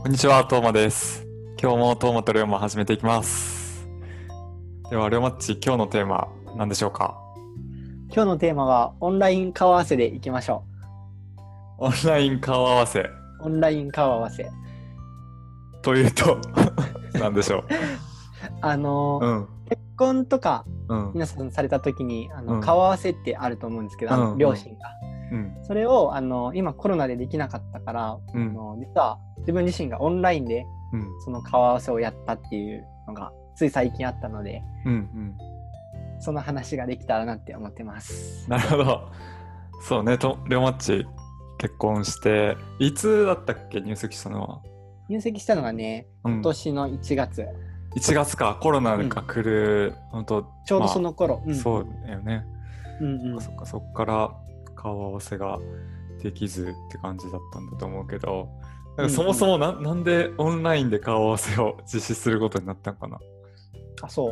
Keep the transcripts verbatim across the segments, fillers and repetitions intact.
こんにちは、トーマです。今日もトーマと龍馬始めていきます。では、龍馬っち、今日のテーマ、何でしょうか？ 今日のテーマはオンライン顔合わせでいきましょオンライン顔合わせう。オンライン顔合わせ。 というと、何でしょあのう？うん。 結婚とかうん。 皆さんされた時にあの、 うん顔合わせってあると思うんですけど、あのうん両親が。 うん。 それをあの今コロナでできなかったから、 うんあの実は自分自身がオンラインでうん。 その顔合わせをやったっていうのがつい最近あったので、 うん。うん。 その話ができたらなって思ってます。 なるほど。そうね、と龍馬っち、結婚して、いつだったっけ、入籍したのは？ 入籍したのがね、 うん今年のいちがつ。 いちがつか、コロナが来る、ほんと、 ちょうどその頃。 まあそうだよね。 うんうん。 そっかそっから顔合わせができずって感じだったんだと思うけど、なんかそもそもな、うんうん、なんでオンラインで顔合わせを実施することになったのかな？ あ、そう。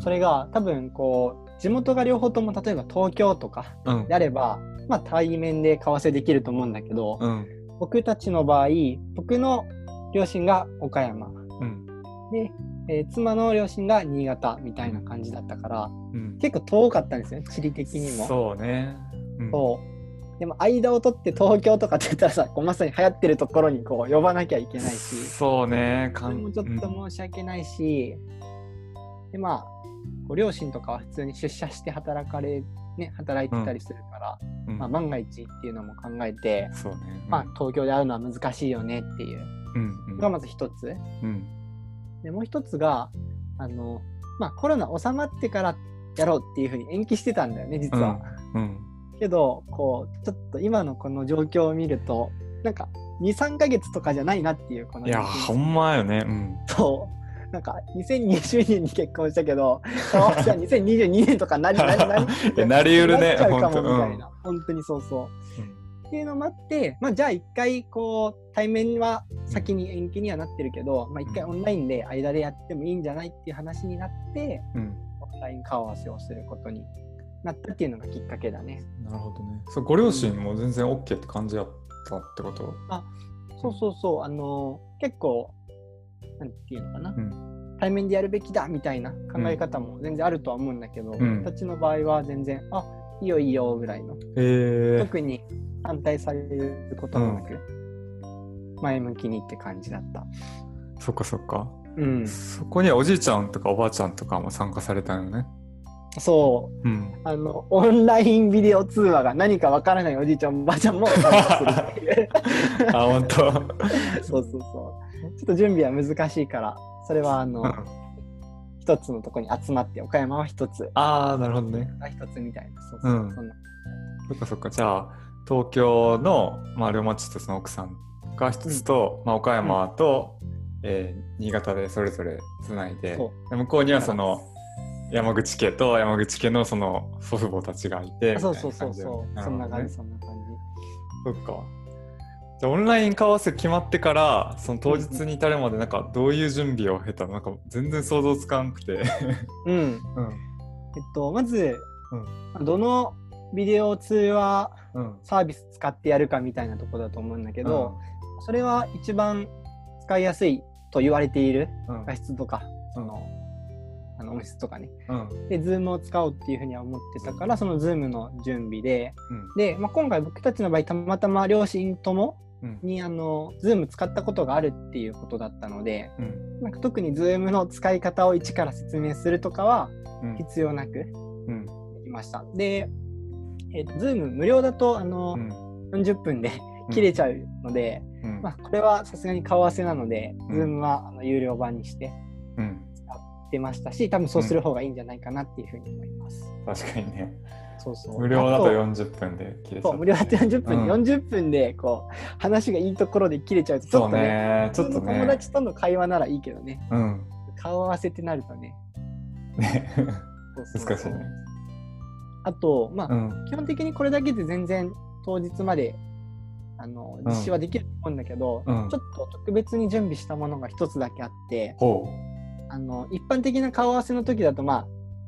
それが多分こう地元が両方とも例えば東京とかであれば、うん、まあ対面で顔合わせできると思うんだけど、うん、僕たちの場合、僕の両親が岡山、うん、で、えー、妻の両親が新潟みたいな感じだったから、うん、結構遠かったんですよね、地理的にも。 そうね。 うん、そうでも間を取って東京とかって言ったらさ、こうまさに流行ってるところにこう呼ばなきゃいけないし、 そうね、 それもちょっと申し訳ないし、うん、でまあこう両親とかは普通に出社して働かれね働いてたりするから、うんまあ、万が一っていうのも考えて、 そうねうん、 まあ東京で会うのは難しいよねっていうのがまず一つ、うん、でもう一つがあの、まあ、コロナ収まってからやろうっていうふうに延期してたんだよね実は、うんうんけどこうちょっと今のこの状況を見るとなんか にさんかげつとかじゃないなっていうこのいやほんまよね、うん、 そうなんかにせんにじゅうねんに結婚したけど顔合わせはにせんにじゅうにねんとかなりなりなりなりうるねなっちゃうかもみたいな、うん、本当にそうそう、うん、っていうのもあって、まあ、じゃあ一回こう対面は先に延期にはなってるけど、まあ、一回オンラインで間でやってもいいんじゃないっていう話になって、うん、オンライン顔合わせをすることになったっていうのがきっかけだね。 なるほどね。そう、ご両親も全然 OK って感じだったってこと？うん、 あ、そうそうそう。あのー、結構なんていうのかな、うん、対面でやるべきだみたいな考え方も全然あるとは思うんだけど、うん、私の場合は全然あいいよいいよぐらいの、えー、特に反対されることもなく、うん、前向きにって感じだった。 そっかそっか。 うん。 そこにはおじいちゃんとかおばあちゃんとかも参加されたよね。 そう、うん、あのオンラインビデオ通話が何かわからないおじいちゃんおばあちゃんも参加するっていうあ、本当そうそうそう。ちょっと準備は難しいからそれはあの、うん、一つのとこに集まって岡山は一つああなるほどね一つみたいなそうそう、うん、そんなそっかそっか。じゃあ東京のまあ龍馬っちとその奥さんが一つと、うんまあ、岡山と、うんえー、新潟でそれぞれつないで向こうにはその山口家と山口家のその祖父母たちがいてみたいな感じで。そうそうそうそう、ね、 そんな感じそんな感じ。そっか。じゃあオンライン顔合わせ決まってからその当日に至るまでなんかどういう準備を経たの？なんか全然想像つかんくてうん、うん、えっとまず、うん、どのビデオ通話サービス使ってやるかみたいなところだと思うんだけど、うん、それは一番使いやすいと言われている画質とか、うん、そのあの音質とかね、うん、で Zoom を使おうっていうふうには思ってたからその Zoom の準備で、うん、で、まあ、今回僕たちの場合たまたま両親ともに、うん、あの Zoom 使ったことがあるっていうことだったので、うん、なんか特に Zoom の使い方を一から説明するとかは必要なくできました、うん、で、えーと、Zoom 無料だとあの、うん、よんじゅっぷんで切れちゃうので、うんまあ、これはさすがに顔合わせなので、うん、Zoom はあの有料版にして使ってましたし多分そうする方がいいんじゃないかなっていうふうに思います、 うん、確かにね。 そうそう無料だとよんじゅっぷんで切れちゃう。 無料だとよんじゅっぷん、うん、よんじゅっぷんでこう話がいいところで切れちゃうとちょっとね、ちょっとね友達との会話ならいいけどね、うん、顔合わせってなるとねね難しいね。 あとまあ、うん、基本的にこれだけで全然当日まであの実施はできると思うんだけど、うん、ちょっと特別に準備したものが一つだけあって、うん、あの一般的な顔合わせの時だとまあ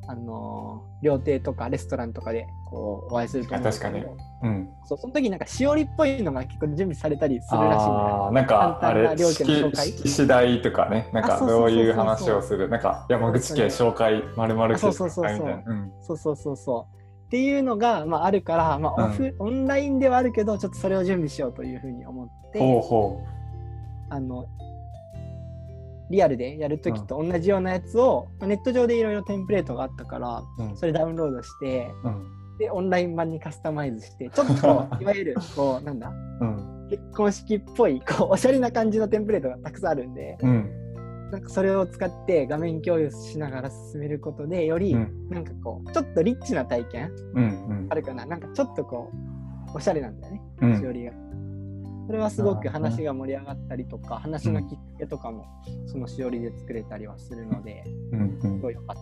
あのー、料亭とかレストランとかでこうお会いすると思うんですけど、 確かに、うん、 そうその時なんかしおりっぽいのが結構準備されたりするらしいんだよ。 あなんかあれ式次第とかね、なんかどういう話をする、なんか山口県紹介まるまるそうそうそうそうそうそうそうそうっていうのが、まあ、あるから、まあオフうん、オンラインではあるけどちょっとそれを準備しようというふうに思って、 ほうほうあのリアルでやるときと同じようなやつを、うん、ネット上でいろいろテンプレートがあったから、うん、それダウンロードして、うん、でオンライン版にカスタマイズしてちょっといわゆるこうなんだ、うん、結婚式っぽいこうおしゃれな感じのテンプレートがたくさんあるんで、うん、なんかそれを使って画面共有しながら進めることでより、うん、なんかこうちょっとリッチな体験、うんうん、あるかな、なんかちょっとこうおしゃれなんだよね、うん、しおりが。それはすごく話が盛り上がったりとか、話のきっかけとかもそのしおりで作れたりはするので、うんうん、すごい良かった。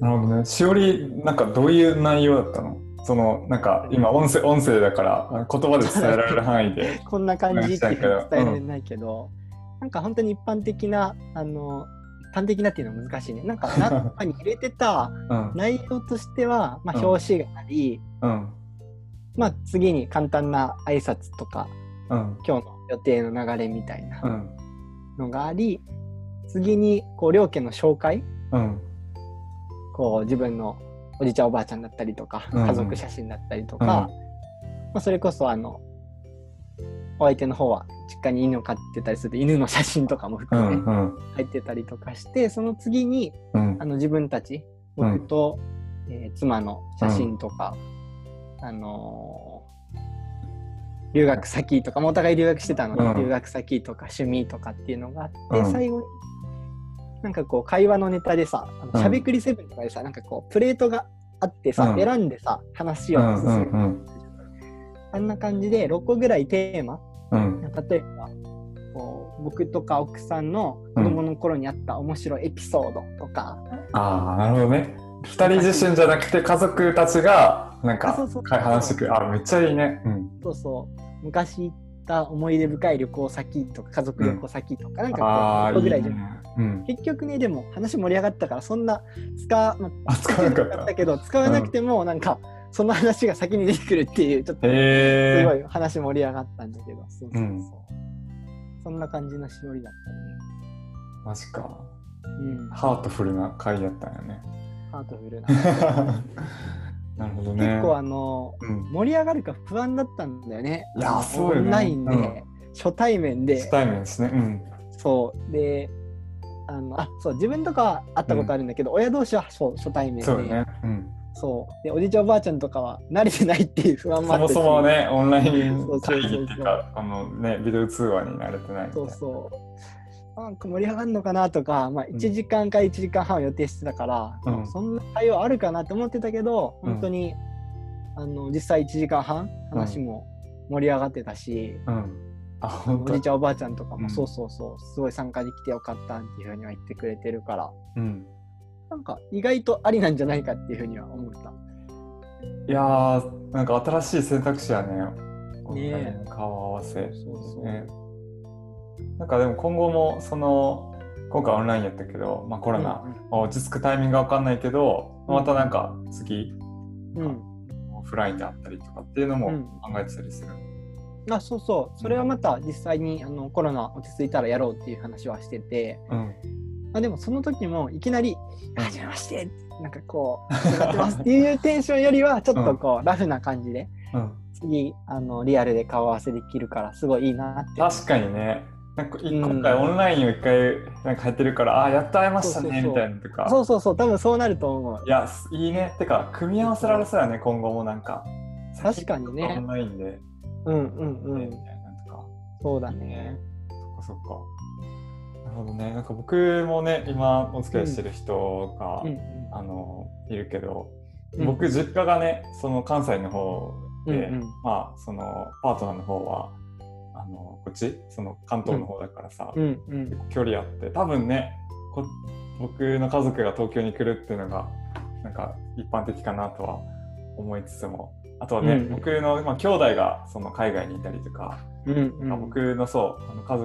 なるほどね。しおりなんかどういう内容だったの？そのなんか今音声音声だから言葉で伝えられる範囲でこんな感じって伝えられないけど、うん、なんか本当に一般的なあの一般的なっていうのは難しいね。なんか中に入れてた内容としては、まあ、表紙があり、うんうんまあ、次に簡単な挨拶とか、うん、今日の予定の流れみたいなのがあり、うん、次にこう両家の紹介、うん、こう自分のおじいちゃんおばあちゃんだったりとか、うん、家族写真だったりとか、うんまあ、それこそあのお相手の方は実家に犬を飼ってたりすると犬の写真とかも含め、ねうんうん、入ってたりとかして、その次に、うん、あの自分たち僕と、うんえー、妻の写真とか、うんあのー、留学先とかもお互い留学してたので、うん、留学先とか趣味とかっていうのがあって、うん、最後になんかこう会話のネタでさ、あのしゃべくりセブンとかでさ、なんかこうプレートがあってさ、うん、選んでさ話を進める、うんうんうん、あんな感じでろっこぐらいテーマ、うん、例えばこう僕とか奥さんの子供の頃にあった面白いエピソードとか、 うん、ああなるほどね。ふたり自身じゃなくて家族たちがなんか話してくる。あ、めっちゃいいね、うん、 そうそう昔行った思い出深い旅行先とか家族旅行先とか、うん、なんかこうぐらいじゃない、うん、結局ねでも話盛り上がったからそんな使,、まあ、使わなかったけど使わなくてもなんか、うん、その話が先に出てくるっていうちょっとすごい話盛り上がったんだけど、そうそうそう、うん、そんな感じのしおりだったね。 マジか、うん、ハートフルな回だったんよね。 ハートフルななるほどね。 結構あの、うん、盛り上がるか不安だったんだよね。 いやそうよね。 オンラインで、うん、初対面で初対面ですね、うん、 そうであのあそう自分とかは会ったことあるんだけど、うん、親同士はそう初対面でそうね、うん、 そうでおじいちゃんおばあちゃんとかは慣れてないっていう不安もあってそもそもねオンライン会議っていうかあのねビデオ通話に慣れてないみたいな。 そうそうなんか盛り上がるのかなとか、まあ、いちじかんかいちじかんはんを予定してたから、うん、そんな会話あるかなと思ってたけど、うん、本当にあの実際いちじかんはん話も盛り上がってたし、うん、あおじいちゃんおばあちゃんとかも、うん、そうそうそうすごい参加できてよかったっていうふうには言ってくれてるから、うん、なんか意外とありなんじゃないかっていうふうには思った。 いやーなんか新しい選択肢やね。ね顔合わせそうそう、ね、なんかでも今後もその今回オンラインやったけど、まあ、コロナ、うん、落ち着くタイミングが分かんないけど、うん、またなんか次、うん、オフラインであったりとかっていうのも考えてたりする、 うん、あそうそうそれはまた実際にあのコロナ落ち着いたらやろうっていう話はしてて、うん、あでもその時もいきなり「はじめまして」ってなんかこう「やってます」っていうテンションよりはちょっとこう、うん、ラフな感じで、うん、次あのリアルで顔合わせできるからすごいいいなって。 確かにねなんか今回オンラインを一回なんか入ってるから、うん、あやっと会えましたねそうそうそうみたいなとかそうそうそう多分そうなると思う。 いやいいねってか組み合わせられそうやね今後もなんか確かにねオンラインでうんうんうんみたいなとかそうだねそっかそっかなるほどねなんか僕もね今お付き合いしてる人が、うん、あのいるけど、うん、僕実家がねその関西の方で、うんうん、まあそのパートナーの方はあのこっちその関東の方だからさ、うんうん、距離あって多分ねこ僕の家族が東京に来るっていうのがなんか一般的かなとは思いつつもあとはね、うん、僕の、まあ、兄弟がその海外にいたりとか、うんうん、僕のそうあの家族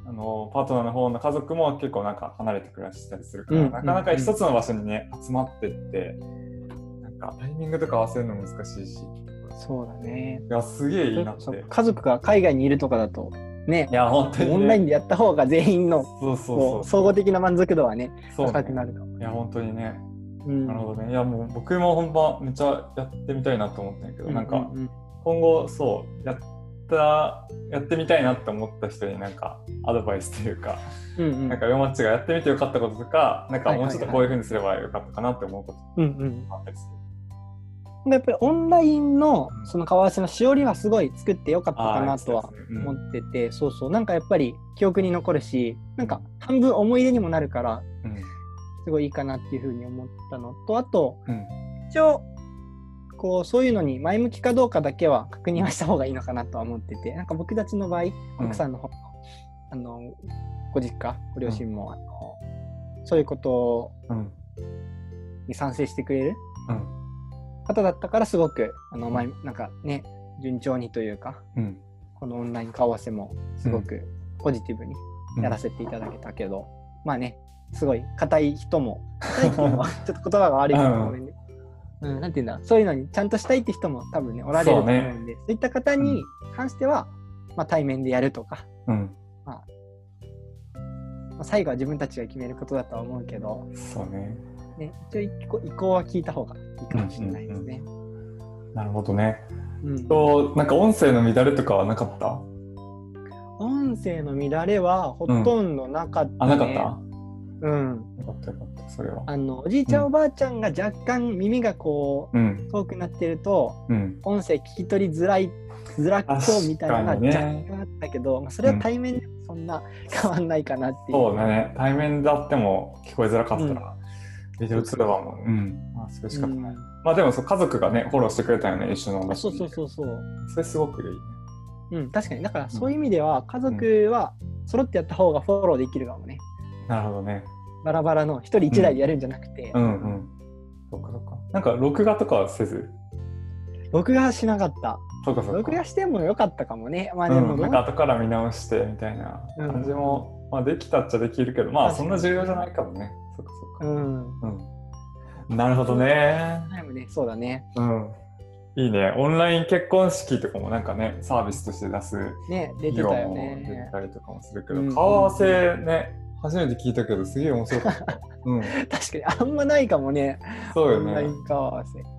あのパートナーの方の家族も結構なんか離れて暮らしたりするから、 うん、 なかなか一つの場所にね集まってって、なんかタイミングとか合わせるの難しいし。 そうだね。 いやすげえいいなって。 家族が海外にいるとかだとね、 いや本当に、ね、 オンラインでやった方が全員のそうそうそう総合的な満足度はねそうね高くなるかも。 いや本当にね、 うん、 なるほどね。いやもう僕も本番めっちゃやってみたいなと思ったんやけど、うんうんうん、なんか今後そうやったやってみたいなって思った人になんかアドバイスというか、うんうん、なんかヨマッチがやってみてよかったこととか、なんかもうちょっとこういう風にすればよかったかなって思うことあったりする。 うんうん、やっぱりオンラインのその顔合わせのしおりはすごい作ってよかったかなとは思ってて、うん、そうそう、なんかやっぱり記憶に残るし、なんか半分思い出にもなるから、うん、すごいいいかなっていう風に思ったのと、あと、うん、一応こうそういうのに前向きかどうかだけは確認はした方がいいのかなとは思ってて、なんか僕たちの場合、奥さんの方の、あのご実家、ご両親も、うん、あのそういうことに賛成してくれる、うん方だったからすごくあの前なんかね順調にというか、うん、このオンライン顔合わせもすごくポジティブにやらせていただけたけど、うん、まあねすごい硬い人も硬いっていうのはちょっと言葉が悪いかもね、うん、なんていうんだ、そういうのにちゃんとしたいって人も多分ねおられると思うんで、そう、ね、そういった方に関しては、まあ、対面でやるとか、うんまあまあ、最後は自分たちが決めることだとは思うけど、 そうねね、一応意向、意向は聞いた方がいいかもしれないですね。 うんうん、なるほどね。うん、となんか音声の乱れとかはなかった？ 音声の乱れはほとんどなかった、ね。 うん、あ、なかった？ うん。 よかったよかった、それは。 あのおじいちゃん、うん、おばあちゃんが若干耳がこう、うん、遠くなってると、うん、音声聞き取りづらいづらそうみたいなのが若干あったけど、ね、まあ、それは対面でもそんな変わんないかなっていう。 そうだね。対面であっても聞こえづらかったら、ビデオ通話も、うん、まあ、それしかない。うん、まあでもそう家族がね、フォローしてくれたよね、一緒の場所に。 そうそうそうそう。 それすごくいいね。 うん、確かに。だからそういう意味では、家族は揃ってやった方がフォローできるかもね。 うん、なるほどね。 バラバラの一人一台でやるんじゃなくて。 うん、うん、うん。そうかそうか。なんか録画とかはせず？ 録画はしなかった。 そうかそうか。 録画してもよかったかもね。 まあでも、うん、なんか後から見直してみたいな感じも、うん、まあできたっちゃできるけど、まあそんな重要じゃないかもね。そうかそうか。うん。うん、なるほどね。 ね、そうだね。 うん。いいね。オンライン結婚式とかもなんかね、サービスとして出す。 ね、出てたよね。 出てたりとかもするけど、うん、顔合わせね、初めて聞いたけど、すげえ面白かった。うん。 確かに、あんまないかもね。 そうよね。 オンライン顔合わせ。